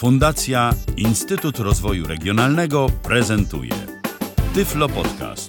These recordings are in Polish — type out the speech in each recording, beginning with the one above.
Fundacja Instytut Rozwoju Regionalnego prezentuje Tyflo Podcast.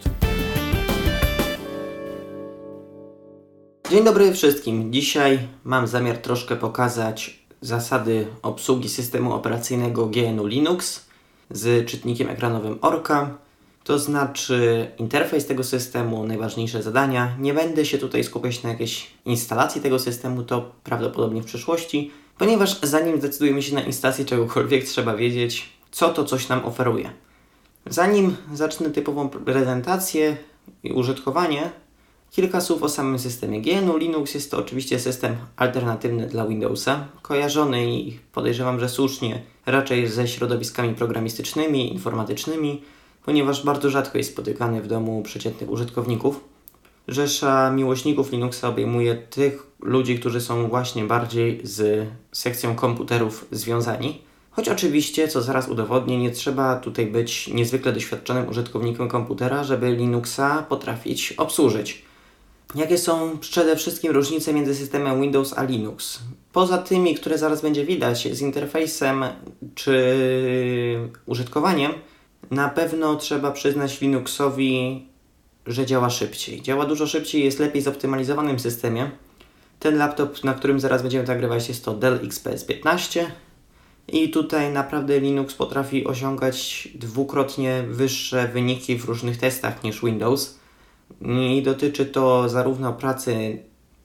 Dzień dobry wszystkim. Dzisiaj mam zamiar troszkę pokazać zasady obsługi systemu operacyjnego GNU Linux z czytnikiem ekranowym Orca. To znaczy interfejs tego systemu, najważniejsze zadania. Nie będę się tutaj skupiać na jakiejś instalacji tego systemu, to prawdopodobnie w przyszłości, ponieważ zanim zdecydujemy się na instalację czegokolwiek, trzeba wiedzieć, co to coś nam oferuje. Zanim zacznę typową prezentację i użytkowanie, kilka słów o samym systemie. GNU Linux jest to oczywiście system alternatywny dla Windowsa, kojarzony i podejrzewam, że słusznie raczej ze środowiskami programistycznymi, informatycznymi, ponieważ bardzo rzadko jest spotykany w domu przeciętnych użytkowników. Rzesza miłośników Linuxa obejmuje tych ludzi, którzy są właśnie bardziej z sekcją komputerów związani. Choć oczywiście, co zaraz udowodnię, nie trzeba tutaj być niezwykle doświadczonym użytkownikiem komputera, żeby Linuxa potrafić obsłużyć. Jakie są przede wszystkim różnice między systemem Windows a Linux? Poza tymi, które zaraz będzie widać z interfejsem czy użytkowaniem, na pewno trzeba przyznać Linuxowi, że działa szybciej. Działa dużo szybciej, jest lepiej zoptymalizowanym systemie. Ten laptop, na którym zaraz będziemy nagrywać, jest to Dell XPS 15 i tutaj naprawdę Linux potrafi osiągać dwukrotnie wyższe wyniki w różnych testach niż Windows. I dotyczy to zarówno pracy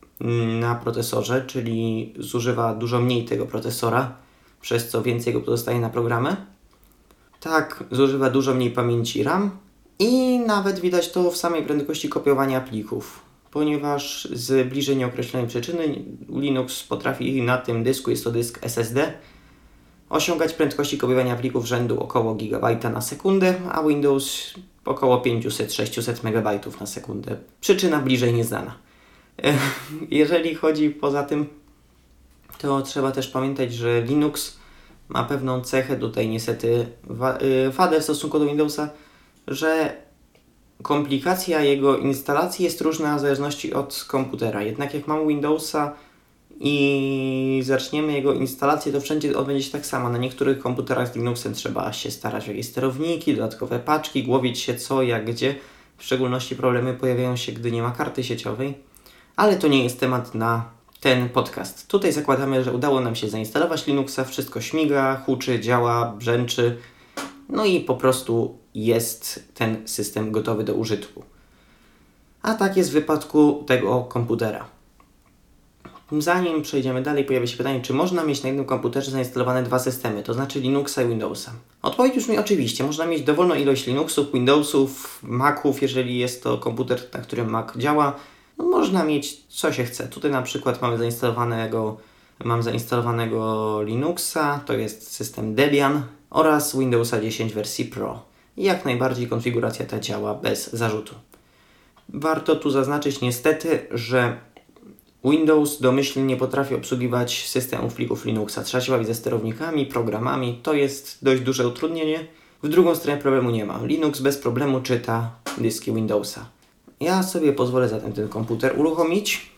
na procesorze, czyli zużywa dużo mniej tego procesora, przez co więcej go pozostaje na programy. Tak, zużywa dużo mniej pamięci RAM i nawet widać to w samej prędkości kopiowania plików, ponieważ z bliżej nieokreślonej przyczyny Linux potrafi na tym dysku, jest to dysk SSD, osiągać prędkości kopiowania plików rzędu około gigabajta na sekundę, a Windows około 500-600 MB na sekundę. Przyczyna bliżej nieznana. Jeżeli chodzi poza tym, to trzeba też pamiętać, że Linux ma pewną cechę, tutaj niestety wadę w stosunku do Windowsa, że komplikacja jego instalacji jest różna w zależności od komputera. Jednak jak mamy Windowsa i zaczniemy jego instalację, to wszędzie odbędzie się tak samo. Na niektórych komputerach z Linuxem trzeba się starać o jakieś sterowniki, dodatkowe paczki, głowić się co, jak, gdzie. W szczególności problemy pojawiają się, gdy nie ma karty sieciowej. Ale to nie jest temat na ten podcast. Tutaj zakładamy, że udało nam się zainstalować Linuxa, wszystko śmiga, huczy, działa, brzęczy. No i po prostu jest ten system gotowy do użytku. A tak jest w wypadku tego komputera. Zanim przejdziemy dalej, pojawia się pytanie, czy można mieć na jednym komputerze zainstalowane dwa systemy, to znaczy Linuxa i Windowsa. Odpowiedź brzmi oczywiście, można mieć dowolną ilość Linuxów, Windowsów, Maców, jeżeli jest to komputer, na którym Mac działa. No, można mieć co się chce. Tutaj na przykład mam zainstalowanego Linuxa, to jest system Debian oraz Windowsa 10 wersji Pro. I jak najbardziej konfiguracja ta działa bez zarzutu. Warto tu zaznaczyć niestety, że Windows domyślnie nie potrafi obsługiwać systemów plików Linuxa. Trzeba się bawić ze sterownikami, programami. To jest dość duże utrudnienie. W drugą stronę problemu nie ma. Linux bez problemu czyta dyski Windowsa. Ja sobie pozwolę zatem ten komputer uruchomić.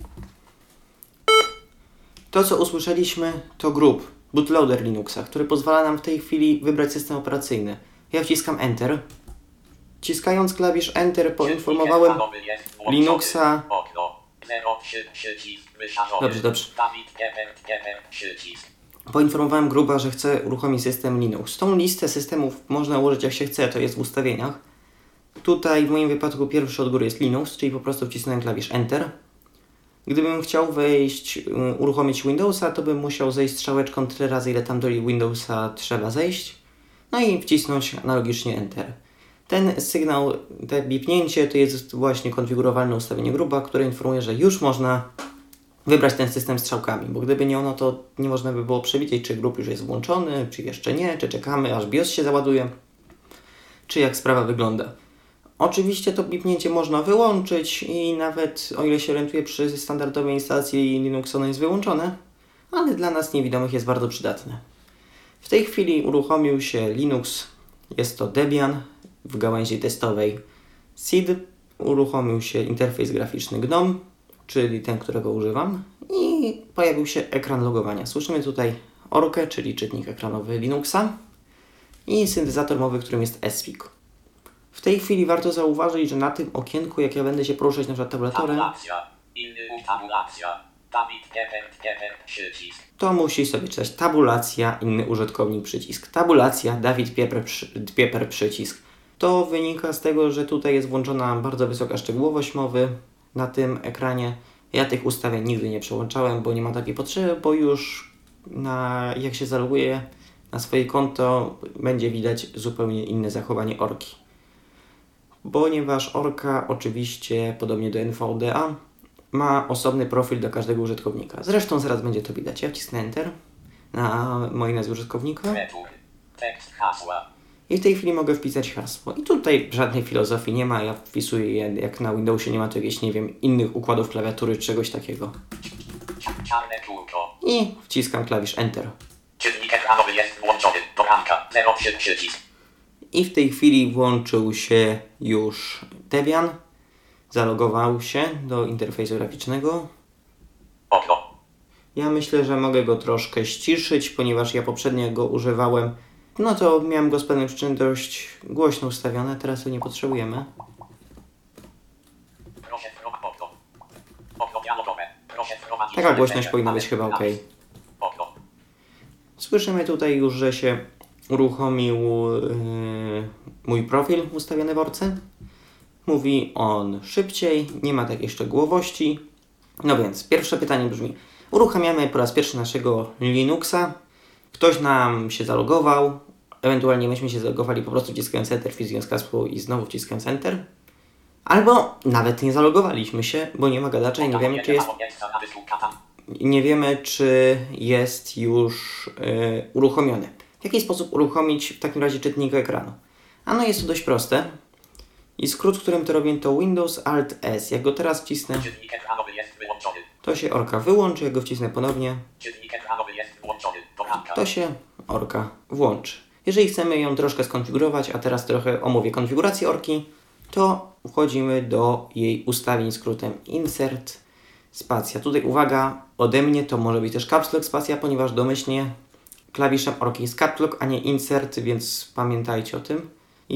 To, co usłyszeliśmy, to grub, bootloader Linuxa, który pozwala nam w tej chwili wybrać system operacyjny. Ja wciskam Enter. Wciskając klawisz Enter poinformowałem Linuxa... Dobrze. Poinformowałem gruba, że chcę uruchomić system Linux. Tą listę systemów można ułożyć jak się chce, to jest w ustawieniach. Tutaj w moim wypadku pierwszy od góry jest Linux, czyli po prostu wcisnąłem klawisz Enter. Gdybym chciał uruchomić Windowsa, to bym musiał zejść strzałeczką tyle razy, ile tam do Windowsa trzeba zejść. No i wcisnąć analogicznie Enter. Ten sygnał, te bipnięcie, to jest właśnie konfigurowalne ustawienie gruba, które informuje, że już można wybrać ten system strzałkami, bo gdyby nie ono, to nie można by było przewidzieć, czy grub już jest włączony, czy jeszcze nie, czy czekamy, aż BIOS się załaduje, czy jak sprawa wygląda. Oczywiście to bipnięcie można wyłączyć i nawet, o ile się orientuję, przy standardowej instalacji Linux ono jest wyłączone, ale dla nas niewidomych jest bardzo przydatne. W tej chwili uruchomił się Linux, jest to Debian w gałęzi testowej SID, uruchomił się interfejs graficzny GNOME, czyli ten, którego używam, i pojawił się ekran logowania. Słyszymy tutaj Orkę, czyli czytnik ekranowy Linuxa i syntezator mowy, którym jest SFIG. W tej chwili warto zauważyć, że na tym okienku, jak ja będę się poruszać na przykład tabulatorem, to musi sobie czytać tabulacja, inny użytkownik, przycisk. Tabulacja, Dawid Pieper, przycisk. To wynika z tego, że tutaj jest włączona bardzo wysoka szczegółowość mowy na tym ekranie. Ja tych ustawień nigdy nie przełączałem, bo nie ma takiej potrzeby, bo już jak się zaloguje na swoje konto, będzie widać zupełnie inne zachowanie Orki. Ponieważ Orka oczywiście, podobnie do NVDA, ma osobny profil do każdego użytkownika. Zresztą zaraz będzie to widać. Ja wcisnę Enter na mojej nazwie użytkownika. I w tej chwili mogę wpisać hasło. I tutaj żadnej filozofii nie ma. Ja wpisuję je, jak na Windowsie nie ma tu jakichś, nie wiem, innych układów klawiatury, czegoś takiego. I wciskam klawisz Enter. Czytnik ekranowy jest włączony. Doranka 03 przycisk. I w tej chwili włączył się już Debian. Zalogował się do interfejsu graficznego. Okno. Ja myślę, że mogę go troszkę ściszyć, ponieważ ja poprzednio go używałem. No to miałem go z pewnej przyczyny dość głośno ustawione, teraz to nie potrzebujemy. Proszę okno. Okno dialogowe. Proszę wprowadzić. Taka głośność powinna być chyba ok. Okno. Słyszymy tutaj już, że się uruchomił mój profil ustawiony w Orce. Mówi on szybciej, nie ma takiej szczegółowości. No więc pierwsze pytanie brzmi: uruchamiamy po raz pierwszy naszego Linuxa. Ktoś nam się zalogował, ewentualnie myśmy się zalogowali po prostu wciskając Enter, wpisując hasło i znowu wciskając Enter. Albo nawet nie zalogowaliśmy się, bo nie ma gadacza i nie wiemy, czy jest już uruchomiony. W jaki sposób uruchomić w takim razie czytnik ekranu? Ano jest to dość proste. I skrót, którym to robię, to Windows Alt S. Jak go teraz wcisnę, Czytnik ekranowy jest wyłączony. to się Orka wyłączy. Jak go wcisnę ponownie, Czytnik ekranowy jest włączony. Doranka. to się Orka włączy. Jeżeli chcemy ją troszkę skonfigurować, a teraz trochę omówię konfigurację Orki, to wchodzimy do jej ustawień skrótem Insert Spacja. Tutaj uwaga, ode mnie to może być też Caps Lock Spacja, ponieważ domyślnie klawiszem Orki jest Caps Lock, a nie Insert, więc pamiętajcie o tym.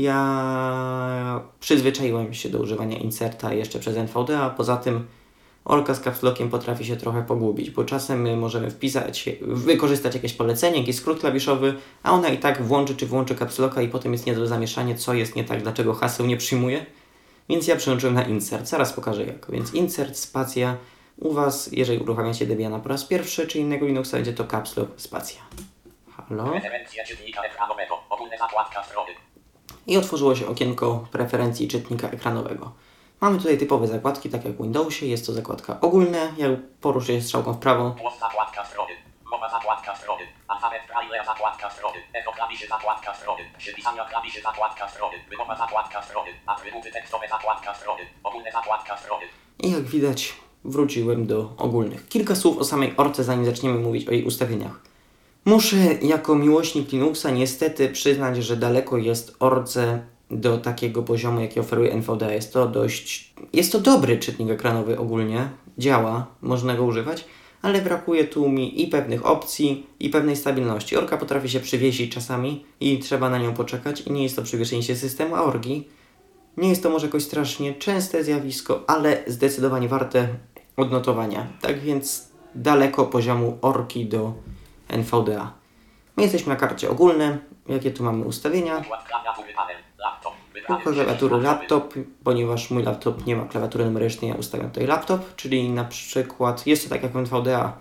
Ja przyzwyczaiłem się do używania inserta jeszcze przez NVDA, a poza tym Orka z Caps Lockiem potrafi się trochę pogubić, bo czasem my możemy wykorzystać jakieś polecenie, jakiś skrót klawiszowy, a ona i tak włączy czy wyłączy Caps Locka i potem jest niezłe zamieszanie, co jest nie tak, dlaczego haseł nie przyjmuje. Więc ja przełączyłem na insert, zaraz pokażę jak. Więc insert, spacja. U Was, jeżeli uruchamiacie Debiana po raz pierwszy, czy innego Linuxa, będzie to Caps Lock, spacja. Halo? Preferencje czytnika ekranowego. Ogólna zakładka strony. I otworzyło się okienko preferencji czytnika ekranowego. Mamy tutaj typowe zakładki, tak jak w Windowsie. Jest to zakładka ogólne. Jak poruszę się strzałką w prawo, Głos zakładka strony. Mowa zakładka strony. Alfabet braille zakładka strony. Echo klawiszy zakładka strony. Przypisania klawiszy zakładka strony. Wymowa zakładka strony. Atrybuty tekstowe zakładka strony. Ogólne zakładka strony. i jak widać wróciłem do ogólnych. Kilka słów o samej Orce, zanim zaczniemy mówić o jej ustawieniach. Muszę jako miłośnik Linuxa niestety przyznać, że daleko jest Orce do takiego poziomu, jaki oferuje NVDA. Jest to dobry czytnik ekranowy ogólnie, działa, można go używać, ale brakuje tu mi i pewnych opcji, i pewnej stabilności. Orka potrafi się przywiesić czasami i trzeba na nią poczekać i nie jest to przywieszenie się systemu, a Orgi nie jest to może jakoś strasznie częste zjawisko, ale zdecydowanie warte odnotowania. Tak więc daleko poziomu Orki do NVDA. My jesteśmy na karcie ogólne. Jakie tu mamy ustawienia? Układ klawiatury panel. Laptop. Układ klawiatury laptop, ponieważ mój laptop nie ma klawiatury numerycznej, ja ustawiam tutaj laptop, czyli na przykład jest to tak jak w NVDA,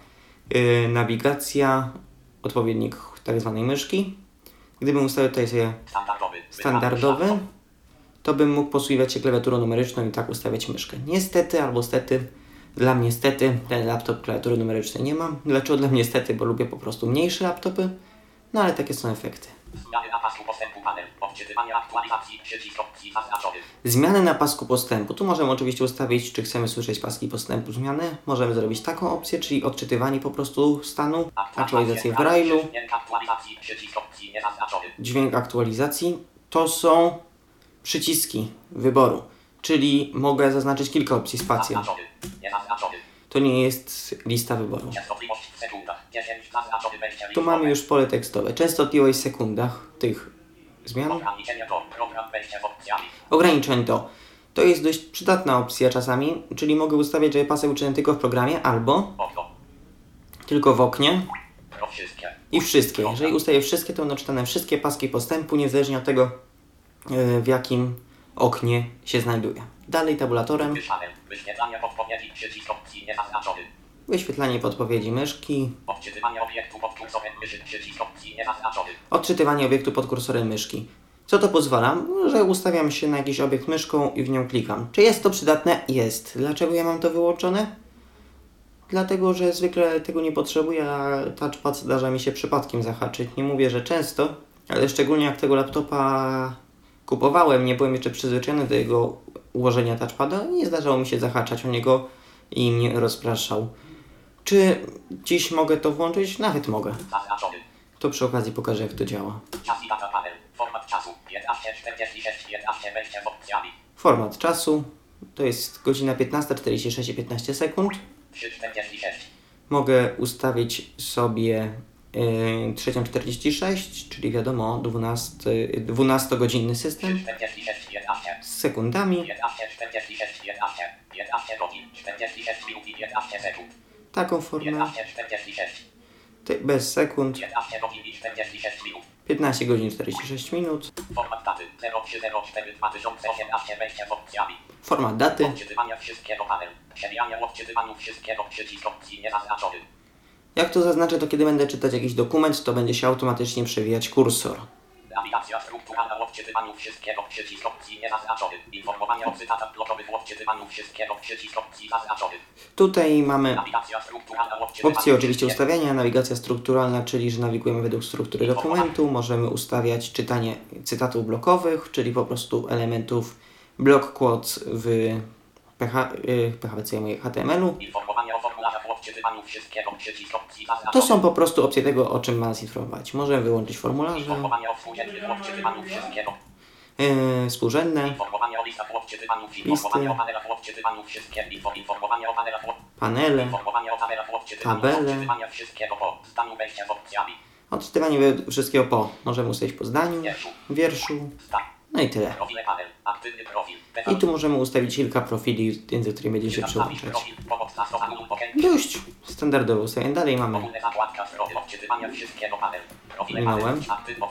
nawigacja, odpowiednik tak zwanej myszki. Gdybym ustawił tutaj sobie standardowy, to bym mógł posługiwać się klawiaturą numeryczną i tak ustawiać myszkę. Niestety albo stety, dla mnie stety, ten laptop klawiatury numerycznej nie ma. Dlaczego dla mnie stety? Bo lubię po prostu mniejsze laptopy, no ale takie są efekty. Zmiany na pasku postępu panel. Odczytywanie aktualizacji. Przycisk opcji zaznaczony. Zmiany na pasku postępu. Tu możemy oczywiście ustawić, czy chcemy słyszeć paski postępu zmiany. Możemy zrobić taką opcję, czyli odczytywanie po prostu stanu, aktualizację w Braille'u, dźwięk aktualizacji. To są przyciski wyboru, czyli mogę zaznaczyć kilka opcji spacja. To nie jest lista wyboru. Częstotliwość w sekundach. 10 Przycisk zaznaczony wejście Tu mamy już pole tekstowe. Częstotliwość w sekundach tych zmian. Ograniczenia do program wejście z opcjami. Ograniczeń to. To jest dość przydatna opcja czasami, czyli mogę ustawiać, żeby pasy uczynione tylko w programie albo Okno. tylko w oknie Wszystkie. i wszystkie. Jeżeli ustawię wszystkie, to będą czytane wszystkie paski postępu, niezależnie od tego, w jakim oknie się znajduje. Dalej tabulatorem. Wyświetlanie podpowiedzi. Przycisk opcji niezaznaczony. Wyświetlanie podpowiedzi myszki. Odczytywanie obiektu pod kursorem myszy. Przycisk opcji niezaznaczony. Odczytywanie obiektu pod kursorem myszki. Co to pozwala? Że ustawiam się na jakiś obiekt myszką i w nią klikam. Czy jest to przydatne? Jest. Dlaczego ja mam to wyłączone? Dlatego, że zwykle tego nie potrzebuję, a touchpad zdarza mi się przypadkiem zahaczyć. Nie mówię, że często, ale szczególnie jak tego laptopa kupowałem, nie byłem jeszcze przyzwyczajony do jego ułożenia touchpada, nie zdarzało mi się zahaczać o niego i mnie rozpraszał. Czy dziś mogę to włączyć? Nawet mogę. Zaznaczony. To przy okazji pokażę, jak to działa. Czas i data panel. Format czasu. 15:46. 15 wejście z opcjami. Format czasu to jest godzina 15:46 i 15 sekund. 3:46. Mogę ustawić sobie 3:46, czyli wiadomo 12-godzinny system 3:46. 11. z sekundami. 15:46. 11. 11 godzin. 46 minut i 15 sekund. Taką formę 15:46. bez sekund. 15 godzin i 46 minut. 15 godzin 46 minut. Format daty 0304/2018 wejście z opcjami. Format daty. Odczytywania wszystkiego panel. Przebijanie odczytywaniu wszystkiego. Przycisk opcji niezaznaczony. Jak to zaznaczę, to kiedy będę czytać jakiś dokument, to będzie się automatycznie przewijać kursor. Nawigacja strukturalna w odczytywaniu wszystkiego. Przycisk opcji niezaznaczony. Informowanie o cytatach blokowych w odczytywaniu wszystkiego. Przycisk opcji zaznaczony. Tutaj mamy Nawigacja strukturalna w odczytywaniu opcję oczywiście wszystkiego. ustawiania, nawigacja strukturalna, czyli że nawigujemy według struktury dokumentu. Możemy ustawiać czytanie cytatów blokowych, czyli po prostu elementów block quotes w HTML-u. Informowanie o formularzach w odczytywaniu wszystkiego. Przycisk opcji zaznaczony. To są po prostu opcje tego, o czym ma nas informować. Możemy wyłączyć formularze Informowanie o współdzielnych w odczytywaniu wszystkiego. współrzędne, Informowanie o listach w odczytywaniu. Informowanie o panelach w odczytywaniu wszystkiego. Informowanie o panelach w panele, Informowanie o tabelach w odczytywaniu. Tabele. Odczytywanie wszystkiego po zdaniu wejścia z opcjami. odczytywanie wszystkiego po. Możemy ustawić po zdaniu, wierszu, Stan. no i tyle. Profile panel. Aktywny profil. I tu możemy ustawić kilka profili, między którymi będzie się przełączać. Profil. Pomoc na stronę lub okienko. Dość standardowe ustawienie. Dalej mamy Ogólna zakładka strony odczytywania wszystkiego panel. Profile Minąłem. panel. Aktywny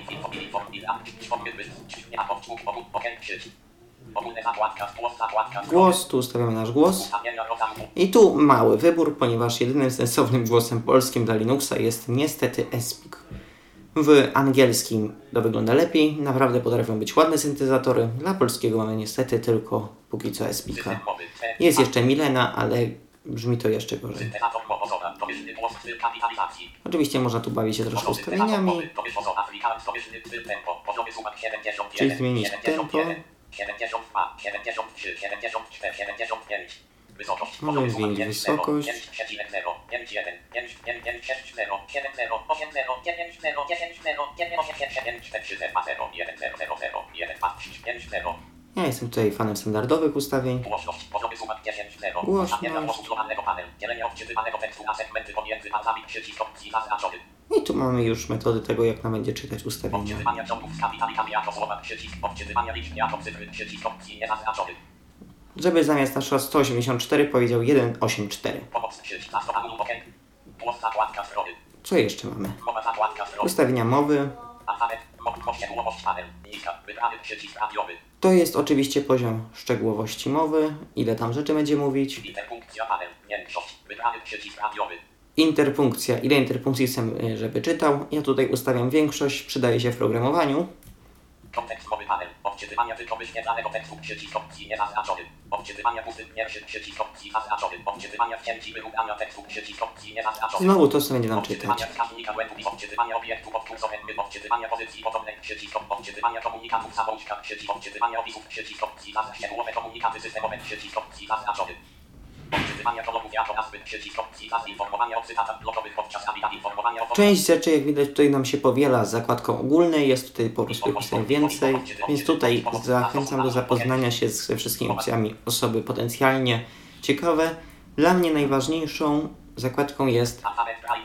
Ogólna zakładka. głos, tu ustawiamy nasz głos. Ustawienia rodzaju. I tu mały wybór, ponieważ jedynym sensownym głosem polskim dla Linuxa jest niestety Espik. W angielskim to wygląda lepiej, naprawdę potrafią być ładne syntezatory. Dla polskiego mamy niestety tylko póki co Espika. Jest jeszcze Milena, ale brzmi to jeszcze gorzej. Syntezator mowozowa. Domyślny głos styl kapitalizacji. Oczywiście można tu bawić się troszkę ustawieniami, czyli zmienić tempo. 72, 73, 74, 75. Wysokość. Możemy zmienić wysokość. 5, Ja jestem tutaj fanem standardowych ustawień. Głośność. Poziomy słuchać 10.0. Głośność. Ustawienia głosu globalnego panel. Dzielenie odczytywanego tekstu na segmenty pomiędzy palcami. Przycisk opcji zaznaczony. I tu mamy już metody tego, jak nam będzie czytać ustawienia. Odczytywania ciągów z kapitalikami jako słowa. Przycisk. Odczytywania liczb jako cyfry. Przycisk opcji niezaznaczony. Żeby zamiast naszego 184 powiedział 184. Pomoc. Przycisk na stronę lub okienko. Głos zakładka strony. Co jeszcze mamy? Mowa zakładka strony. Ustawienia mowy. Alfabet. Szczegółowość panel. Niska. Wybrany przycisk radiowy. To jest oczywiście poziom szczegółowości mowy, ile tam rzeczy będzie mówić. Interpunkcja panel. Większość. Wybrany przycisk radiowy. Interpunkcja, ile interpunkcji chcę, żeby czytał. Ja tutaj ustawiam większość, przydaje się w programowaniu. Kontekst mowy panel. Odczytywania tylko wyświetlanego tekstu. Przycisk opcji niezaznaczony. Odczytywania pustych pierwszy. Przycisk opcji zaznaczony. Odczytywania wcięci wyrównania tekstu. Przycisk opcji niezaznaczony. Znowu to, co będzie nam czytać. Odczytywania wskaźnika błędów i odczytywania obiektu pod kursorem. Odczytywania pozycji podobnej. Przycisk odczytywania komunikatów w samouczkach. Przycisk odczytywania opisów. Przycisk opcji szczegółowe komunikaty systemowe. Przycisk opcji zaznaczony. Odczytywania prologów jako nazwy. Przycisk opcji informowania o cytatach blokowych podczas informowania o... Część rzeczy, jak widać, tutaj nam się powiela z zakładką ogólnej, jest tutaj po prostu ustawień więcej, więc tutaj zachęcam do zapoznania się ze wszystkimi opcjami osoby potencjalnie ciekawe. Dla mnie najważniejszą zakładką jest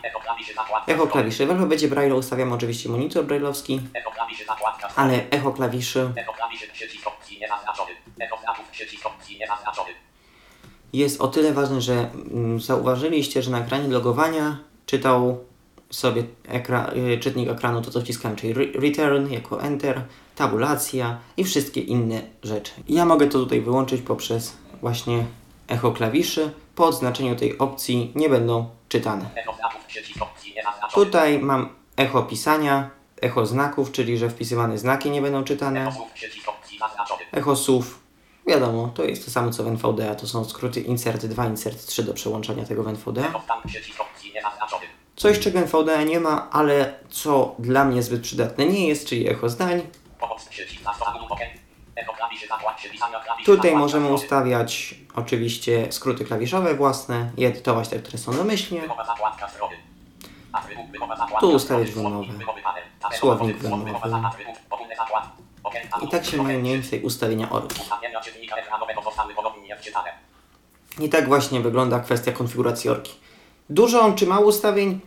Echo klawiszy. W alfabecie Braille'a ustawiam oczywiście monitor braille'owski, Echo klawiszy zakładka. ale echo klawiszy Echo klawiszy przycisk opcji niezaznaczony. Echo znaków przycisk opcji niezaznaczony. jest o tyle ważny, że zauważyliście, że na ekranie logowania czytał sobie czytnik ekranu to, co wciskałem, czyli return jako enter, tabulacja i wszystkie inne rzeczy. Ja mogę to tutaj wyłączyć poprzez właśnie echo klawiszy. Po odznaczeniu tej opcji nie będą czytane. Echo znaków przycisk opcji niezaznaczony. Tutaj mam echo pisania, echo znaków, czyli że wpisywane znaki nie będą czytane. Echo słów przycisk opcji zaznaczony. Echo słów, wiadomo, to jest to samo co w NVDA, to są skróty insert 2, insert 3 do przełączania tego w NVDA. Echo stan przycisk opcji niezaznaczony. Coś, czego NVDA nie ma, ale co dla mnie zbyt przydatne nie jest, czyli echo zdań. Pomoc przycisk na stopniu okien. Echo klawiszy zakładki pisania klawiszy. Tutaj zakładka możemy strony. ustawiać oczywiście skróty klawiszowe własne i edytować te, które są domyślnie. Wymowa zakładka strony. Atrybut wymowa zakładka Tu ustawiać strony. wymowy. Wymowy panel. Tabela Słownik wymowy. wymowy. Wymowa atrybut. Ogólne zakład. Okien. I tak się mają mniej więcej ustawienia orki. Ustawienia czytnika ekranowego zostały ponownie wczytane. I tak właśnie wygląda kwestia konfiguracji orki. Dużo czy mało ustawień?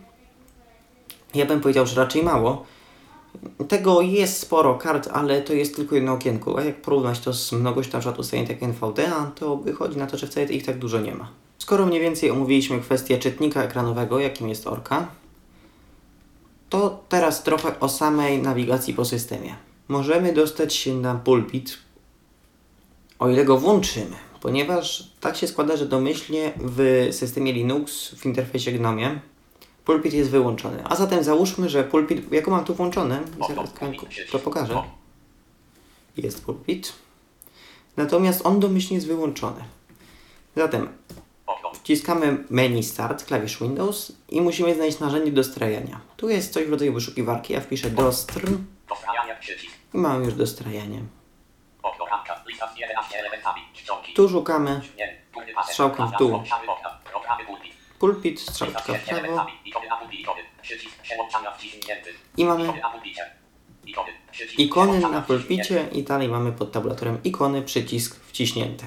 Ja bym powiedział, że raczej mało. Tego jest sporo kart, ale to jest tylko jedno okienko. A jak porównać to z mnogością na przykład ustawień tak NVDA, to wychodzi na to, że wcale ich tak dużo nie ma. Skoro mniej więcej omówiliśmy kwestię czytnika ekranowego, jakim jest orka, to teraz trochę o samej nawigacji po systemie. Możemy dostać się na pulpit, o ile go włączymy, ponieważ tak się składa, że domyślnie w systemie Linux, w interfejsie Gnomie, pulpit jest wyłączony. A zatem załóżmy, że pulpit, jako mam tu włączony, zaraz to pokażę, jest pulpit, natomiast on domyślnie jest wyłączony. Zatem wciskamy menu Start, klawisz Windows i musimy znaleźć narzędzie do strajania. Tu jest coś w rodzaju wyszukiwarki, ja wpiszę dostr Dostrajanie przycisk. i mamy już dostrajanie. Okno ramka. Lista z 11 elementami. Czcionki. Tu szukamy Nie. Górny pasek. strzałką w dół. Obszary okna. Programy pulpit. pulpit, Lista z strzałeczka w 11 prawo elementami. Ikony na pulpit. Ikony. Przycisk przełączania wciśnięty. i mamy Ikony na pulpicie. Ikony. Przycisk ikony przełączania na pulpicie wciśnięty. i dalej mamy pod tabulatorem ikony, przycisk wciśnięte.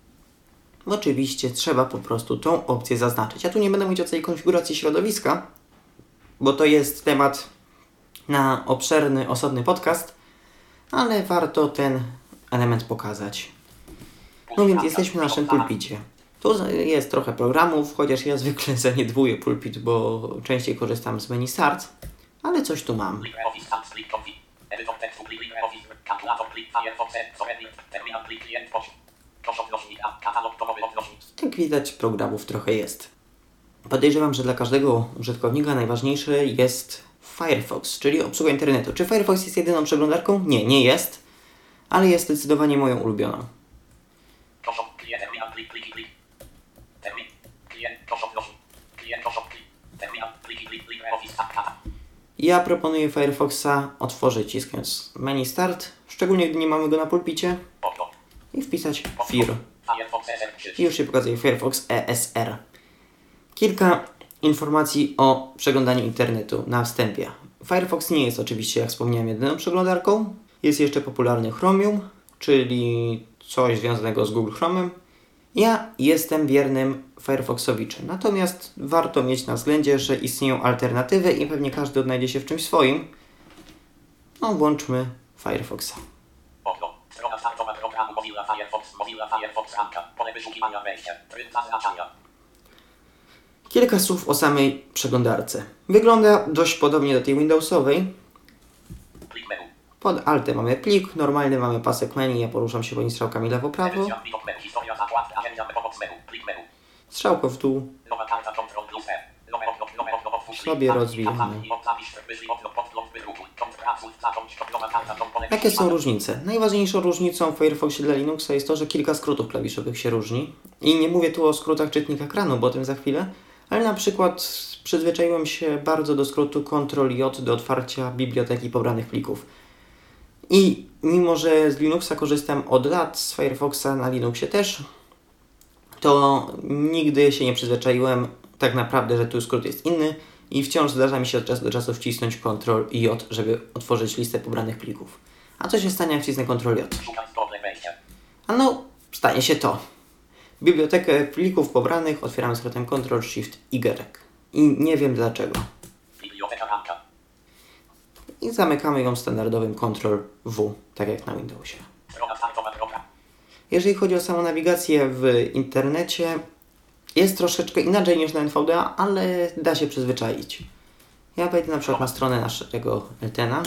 Oczywiście trzeba po prostu tą opcję zaznaczyć. Ja tu nie będę mówić o całej konfiguracji środowiska, bo to jest temat na obszerny, osobny podcast, ale warto ten element pokazać. No więc jesteśmy na naszym pulpicie. Tu jest trochę programów, chociaż ja zwykle zaniedbuję pulpit, bo częściej korzystam z menu Start, ale coś tu mam. LibreOffice Sans Click Config. Edytor tekstu Click LibreOffice. Kalkulator Click Firefox. Sorednik. Terminal Click Klient Post. Proszę odnośnik. Katalog tomowy odnośnik. Jak widać, programów trochę jest. Podejrzewam, że dla każdego użytkownika najważniejszy jest Firefox, czyli obsługa internetu. Czy Firefox jest jedyną przeglądarką? Nie, nie jest, ale jest zdecydowanie moją ulubioną. Proszę klient terminal Click Click Click. Termin. Klient proszę odnośnik. Klient proszę Click. Terminal Click Click LibreOffice Kata. Ja proponuję Firefoxa otworzyć ciskując menu Start, szczególnie gdy nie mamy go na pulpicie, Okno. i wpisać FIR. Firefox ESR I przycisk. już się pokazuje Firefox ESR. Kilka informacji o przeglądaniu internetu na wstępie. Firefox nie jest oczywiście, jak wspomniałem, jedyną przeglądarką. Jest jeszcze popularny Chromium, czyli coś związanego z Google Chrome'em. Ja jestem wiernym Firefoxowiczem, natomiast warto mieć na względzie, że istnieją alternatywy i pewnie każdy odnajdzie się w czymś swoim. No, włączmy Firefoxa. Okno. Strona startowa programu Mozilla Firefox ramka. Pole wyszukiwania wejście. Tryb zaznaczania. Kilka słów o samej przeglądarce. Wygląda dość podobnie do tej Windowsowej. Plik menu. Pod Altem mamy plik, normalny mamy pasek menu, ja poruszam się po nim strzałkami lewo-prawo. Edycja widok menu. Historia zakładka. Agenda pomoc menu. Plik menu. Strzałką w dół. Nowa karta Ctrl plus E. Nowe okno otwórz. Sobie rozwijamy. Jakie są różnice? Najważniejszą różnicą w Firefoxie dla Linuxa jest to, że kilka skrótów klawiszowych się różni. I nie mówię tu o skrótach czytnika ekranu, bo o tym za chwilę, ale na przykład przyzwyczaiłem się bardzo do skrótu Ctrl-J do otwarcia biblioteki pobranych plików. I mimo, że z Linuxa korzystam od lat, z Firefoxa na Linuxie też, to nigdy się nie przyzwyczaiłem tak naprawdę, że tu skrót jest inny i wciąż zdarza mi się od czasu do czasu wcisnąć Ctrl-J, żeby otworzyć listę pobranych plików. A co się stanie, jak wcisnę Ctrl-J? A no, stanie się to. Bibliotekę plików pobranych otwieramy skrótem Ctrl-Shift-Y. I nie wiem dlaczego. i zamykamy ją standardowym Ctrl-W, tak jak na Windowsie. Jeżeli chodzi o samą nawigację w internecie, jest troszeczkę inaczej niż na NVDA, ale da się przyzwyczaić. Ja wejdę na przykład na stronę naszego LTN-a.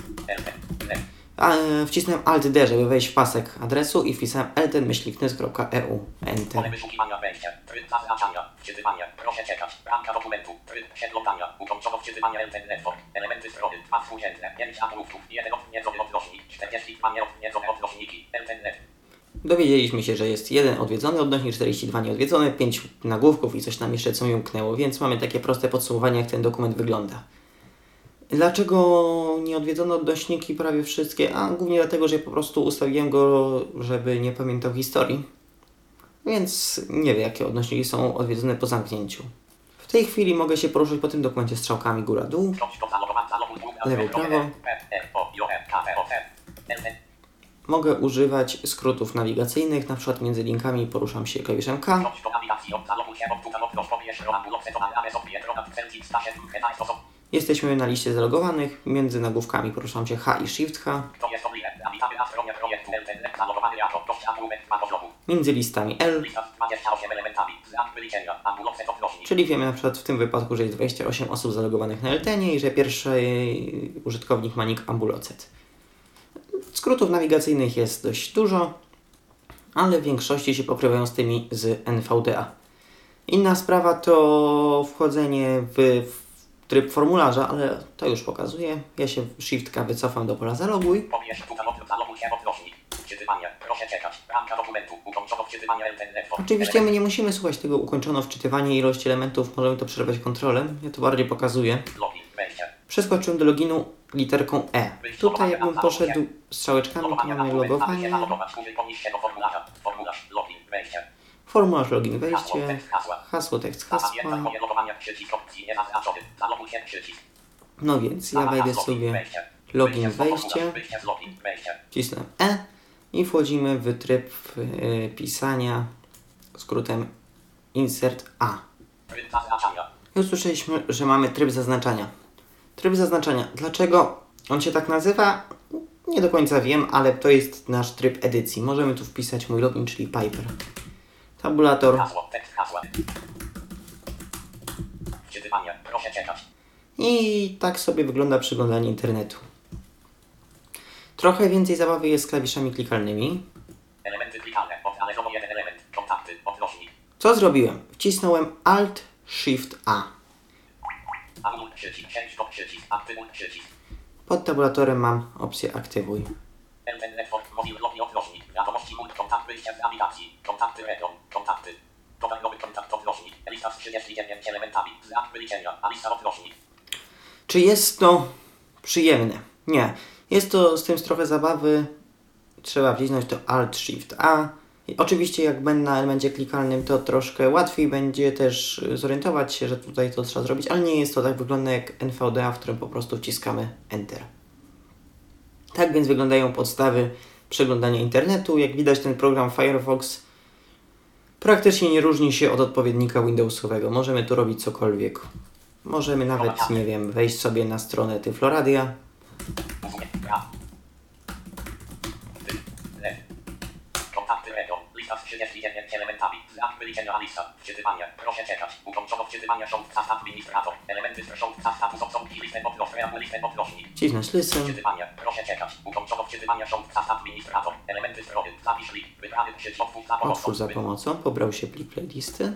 Wcisnąłem Alt-D, żeby wejść w pasek adresu i wpisałem ltn-nys.eu. Enter. Pole wyszukiwania wejście. Tryb zaznaczania. Wczytywanie. Proszę czekać. Bramka dokumentu. Tryb przeglądania. Ukończono wczytywanie LTN Network. Elementy strony. Masło ujęte. 5 nagłówków. 1 odniecowy odnośnik. 42 nieodniecone odnośniki. LTN Net. Dowiedzieliśmy się, że jest 1 odwiedzony odnośnik, 42 nieodwiedzone, 5 nagłówków i coś tam jeszcze co mi umknęło, więc mamy takie proste podsumowanie, jak ten dokument wygląda. Dlaczego nieodwiedzone odnośniki prawie wszystkie? A głównie dlatego, że po prostu ustawiłem go, żeby nie pamiętał historii. Więc nie wiem, jakie odnośniki są odwiedzone po zamknięciu. W tej chwili mogę się poruszyć po tym dokumencie strzałkami góra-dół, lewo-prawo. Mogę używać skrótów nawigacyjnych, na przykład między linkami poruszam się klawiszem K. Jesteśmy na liście zalogowanych, między nagłówkami poruszam się H i Shift H. Między listami L. Czyli wiemy na przykład w tym wypadku, że jest 28 osób zalogowanych na LTN i że pierwszy użytkownik ma nick ambulocet. Skrótów nawigacyjnych jest dość dużo, ale w większości się pokrywają z tymi z NVDA. Inna sprawa to wchodzenie w tryb formularza, ale to już pokazuję. Ja się Shift-K wycofam do pola zaloguj. Oczywiście my nie musimy słuchać tego ukończono wczytywanie ilości elementów, możemy to przerwać kontrolem. Ja to bardziej pokazuję. Przeskoczyłem do loginu literką E. Tutaj jakbym poszedł strzałeczkami, to mamy logowanie. Formularz login wejście. Hasło tekst hasła. No więc ja wejdę sobie login wejście. Wcisnę E i wchodzimy w tryb pisania skrótem insert A. Już słyszeliśmy, że mamy tryb zaznaczania. Tryb zaznaczania. Dlaczego on się tak nazywa? Nie do końca wiem, ale to jest nasz tryb edycji. Możemy tu wpisać mój login, czyli Piper. Tabulator. I tak sobie wygląda przeglądanie internetu. Trochę więcej zabawy jest z klawiszami klikalnymi. Co zrobiłem? Wcisnąłem Alt Shift A. Pod tabulatorem mam opcję aktywuj. Czy jest to przyjemne? Nie. Jest to z tym trochę zabawy. Trzeba wcisnąć to Alt Shift A. I oczywiście jak będę na elemencie klikalnym, to troszkę łatwiej będzie też zorientować się, że tutaj to trzeba zrobić, ale nie jest to tak wygląda jak NVDA, w którym po prostu wciskamy Enter. Tak więc wyglądają podstawy przeglądania internetu. Jak widać, ten program Firefox praktycznie nie różni się od odpowiednika Windowsowego. Możemy tu robić cokolwiek. Możemy nawet, nie wiem, wejść sobie na stronę Tyfloradia. Wcisnąć listen. Otwórz za pomocą. Pobrał się plik playlisty.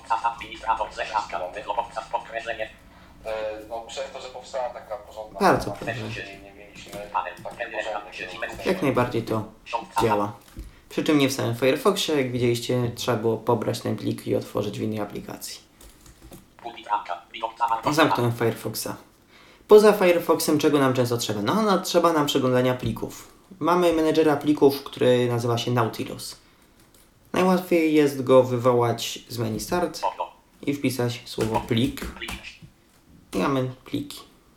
No przez to, że powstała taka porządna... Bardzo proszę. Nie mieliśmy Jak najbardziej to działa. Przy czym nie w samym Firefoxie, jak widzieliście, trzeba było pobrać ten plik i otworzyć w innej aplikacji. Zamknąłem Firefoxa. Poza Firefoxem czego nam często trzeba? No trzeba nam przeglądania plików. Mamy menedżera plików, który nazywa się Nautilus. Najłatwiej jest go wywołać z menu Start i wpisać słowo plik. I mamy pliki.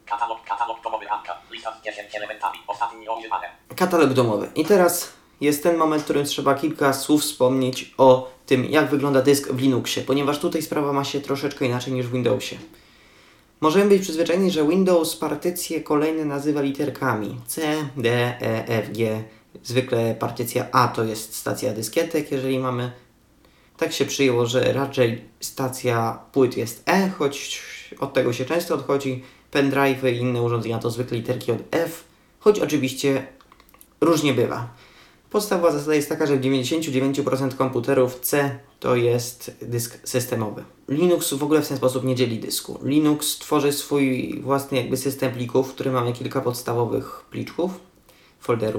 Katalog domowy. I teraz jest ten moment, w którym trzeba kilka słów wspomnieć o tym, jak wygląda dysk w Linuxie, ponieważ tutaj sprawa ma się troszeczkę inaczej niż w Windowsie. Możemy być przyzwyczajeni, że Windows partycje kolejne nazywa literkami C, D, E, F, G. Zwykle partycja A to jest stacja dyskietek, jeżeli mamy. Tak się przyjęło, że raczej stacja płyt jest E, choć od tego się często odchodzi. Pendrive'y i inne urządzenia to zwykle literki od F, choć oczywiście różnie bywa. Podstawowa zasada jest taka, że w 99% komputerów C to jest dysk systemowy. Linux w ogóle w ten sposób nie dzieli dysku. Linux tworzy swój własny system plików, w którym mamy kilka podstawowych pliczków, folderów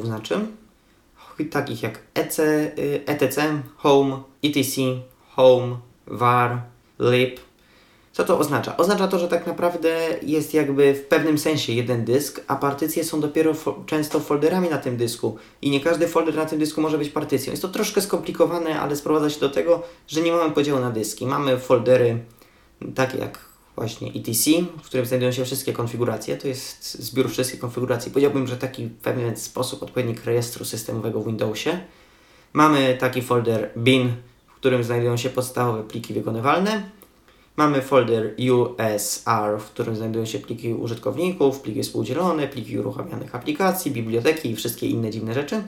takich jak etc, home, etc, home, var, lib. Co to oznacza? Oznacza to, że tak naprawdę jest jakby w pewnym sensie jeden dysk, a partycje są dopiero często folderami na tym dysku i nie każdy folder na tym dysku może być partycją. Jest to troszkę skomplikowane, ale sprowadza się do tego, że nie mamy podziału na dyski. Mamy foldery takie jak właśnie etc, w którym znajdują się wszystkie konfiguracje. To jest zbiór wszystkich konfiguracji. Powiedziałbym, że taki w pewien sposób odpowiednik rejestru systemowego w Windowsie. Mamy taki folder bin, w którym znajdują się podstawowe pliki wykonywalne. Mamy folder USR, w którym znajdują się pliki użytkowników, pliki współdzielone, pliki uruchamianych aplikacji, biblioteki i wszystkie inne dziwne rzeczy.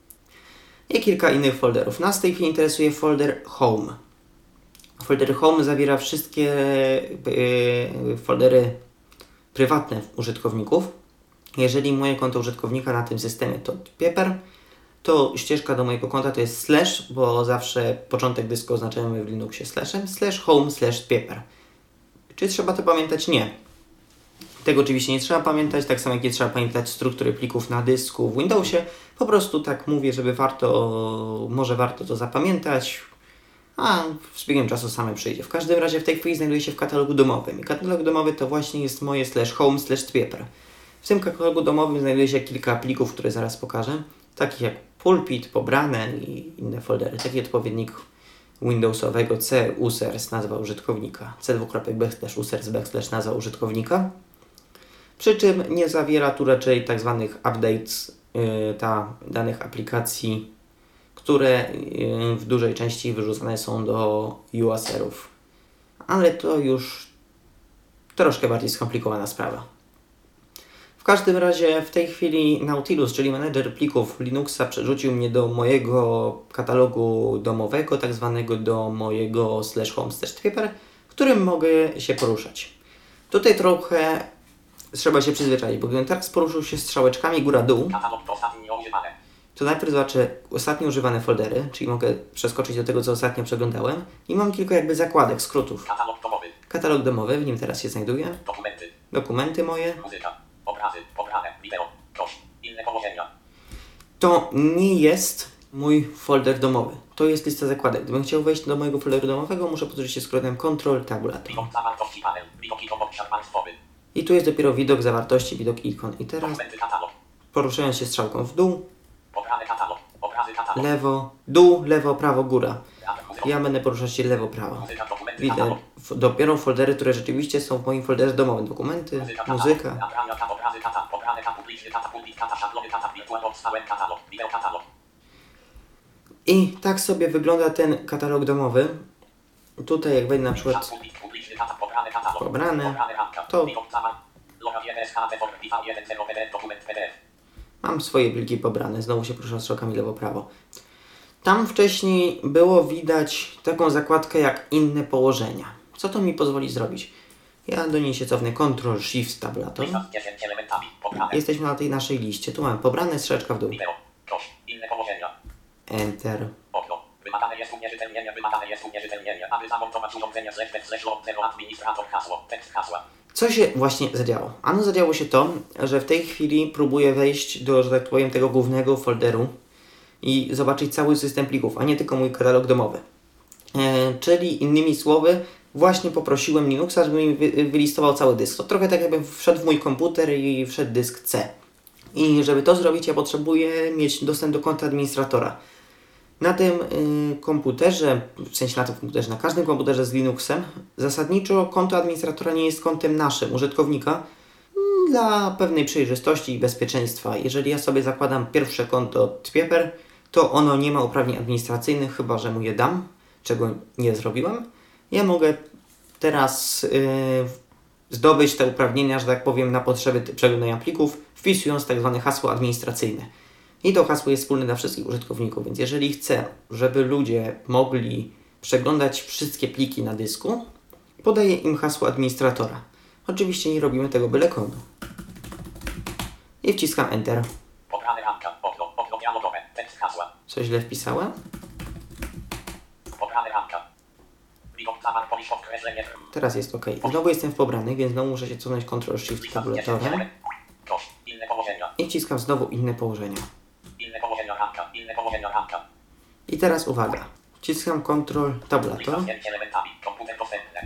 I kilka innych folderów. Nas w tej chwili interesuje folder Home. Folder Home zawiera wszystkie foldery prywatne użytkowników. Jeżeli moje konto użytkownika na tym systemie to paper, to ścieżka do mojego konta to jest slash, bo zawsze początek dysku oznaczamy w Linuxie slashem, /home/paper. Czy trzeba to pamiętać? Nie. Tego oczywiście nie trzeba pamiętać, tak samo jak nie trzeba pamiętać struktury plików na dysku w Windowsie. Po prostu tak mówię, żeby może warto to zapamiętać, a z biegiem czasu same przyjdzie. W każdym razie w tej chwili znajduję się w katalogu domowym. I katalog domowy to właśnie jest moje /home/paper. W tym katalogu domowym znajduje się kilka plików, które zaraz pokażę, takich jak pulpit, pobrane i inne foldery. Taki odpowiednik Windowsowego C users nazwa użytkownika, C:/users nazwa użytkownika. Przy czym nie zawiera tu raczej tak zwanych updates danych aplikacji, które w dużej części wyrzucane są do USR-ów. Ale to już troszkę bardziej skomplikowana sprawa. W każdym razie w tej chwili Nautilus, czyli menedżer plików Linuxa, przerzucił mnie do mojego katalogu domowego, tak zwanego do mojego /home/paper, w którym mogę się poruszać. Tutaj trochę trzeba się przyzwyczaić, bo gdybym teraz poruszył się strzałeczkami góra-dół, to najpierw zobaczę ostatnio używane foldery, czyli mogę przeskoczyć do tego, co ostatnio przeglądałem i mam kilka zakładek, skrótów. Katalog domowy, w nim teraz się znajduje. Dokumenty moje. Obrazy, pobrane, wideo, inne położenia. To nie jest mój folder domowy. To jest lista zakładek. Gdybym chciał wejść do mojego folderu domowego, muszę posłużyć się skrótem Ctrl Tabulator. Widok zawartości panel, widok ikon obszar państwowy. I tu jest dopiero widok zawartości, widok ikon. I teraz poruszając się strzałką w dół, pobrane katalog, obrazy katalog. Lewo, dół, lewo, prawo, góra. Ja będę poruszać się lewo, prawo. Widzę dopiero foldery, które rzeczywiście są w moim folderze domowym. Dokumenty, muzyka. I tak sobie wygląda ten katalog domowy. Tutaj jak wejdę na przykład pobrane, to mam swoje pliki pobrane. Znowu się poruszam strzałkami lewo-prawo. Tam wcześniej było widać taką zakładkę jak inne położenia. Co to mi pozwoli zrobić? Ja do niej się cofnę Ctrl-Shift-Tabulator. Jesteśmy na tej naszej liście. Tu mamy pobrane, strzałeczka w dół. Enter. Wymagane jest uwierzytelnienie, aby zamontować urządzenie /administrator hasło, tekst hasła. Co się właśnie zadziało? Ano zadziało się to, że w tej chwili próbuję wejść do, że tak powiem, tego głównego folderu i zobaczyć cały system plików, a nie tylko mój katalog domowy. Czyli innymi słowy, właśnie poprosiłem Linuxa, żeby mi wylistował cały dysk. To trochę tak jakbym wszedł w mój komputer i wszedł dysk C. I żeby to zrobić, ja potrzebuję mieć dostęp do konta administratora. Na tym komputerze, w sensie na każdym komputerze z Linuxem, zasadniczo konto administratora nie jest kontem naszym, użytkownika, dla pewnej przejrzystości i bezpieczeństwa. Jeżeli ja sobie zakładam pierwsze konto paper, to ono nie ma uprawnień administracyjnych, chyba że mu je dam, czego nie zrobiłem. Ja mogę teraz zdobyć te uprawnienia, że tak powiem, na potrzeby przeglądania plików, wpisując tak zwane hasło administracyjne. I to hasło jest wspólne dla wszystkich użytkowników, więc jeżeli chcę, żeby ludzie mogli przeglądać wszystkie pliki na dysku, podaję im hasło administratora. Oczywiście nie robimy tego byle komu. I wciskam Enter. Pobrane ramka. Okno dialogowe. Tekst hasła. Co źle wpisałem? Pobrane ramka. Widok zamar polisz podkreślenie. Teraz jest OK. Znowu jestem w pobranych, więc znowu muszę się cofnąć Ctrl-Shift tabulatorem. Inne położenia. I wciskam znowu inne położenia. Inne położenia ramka. Inne położenia ramka. I teraz uwaga. Wciskam Ctrl tabulator. Elementami. Komputer dostępny.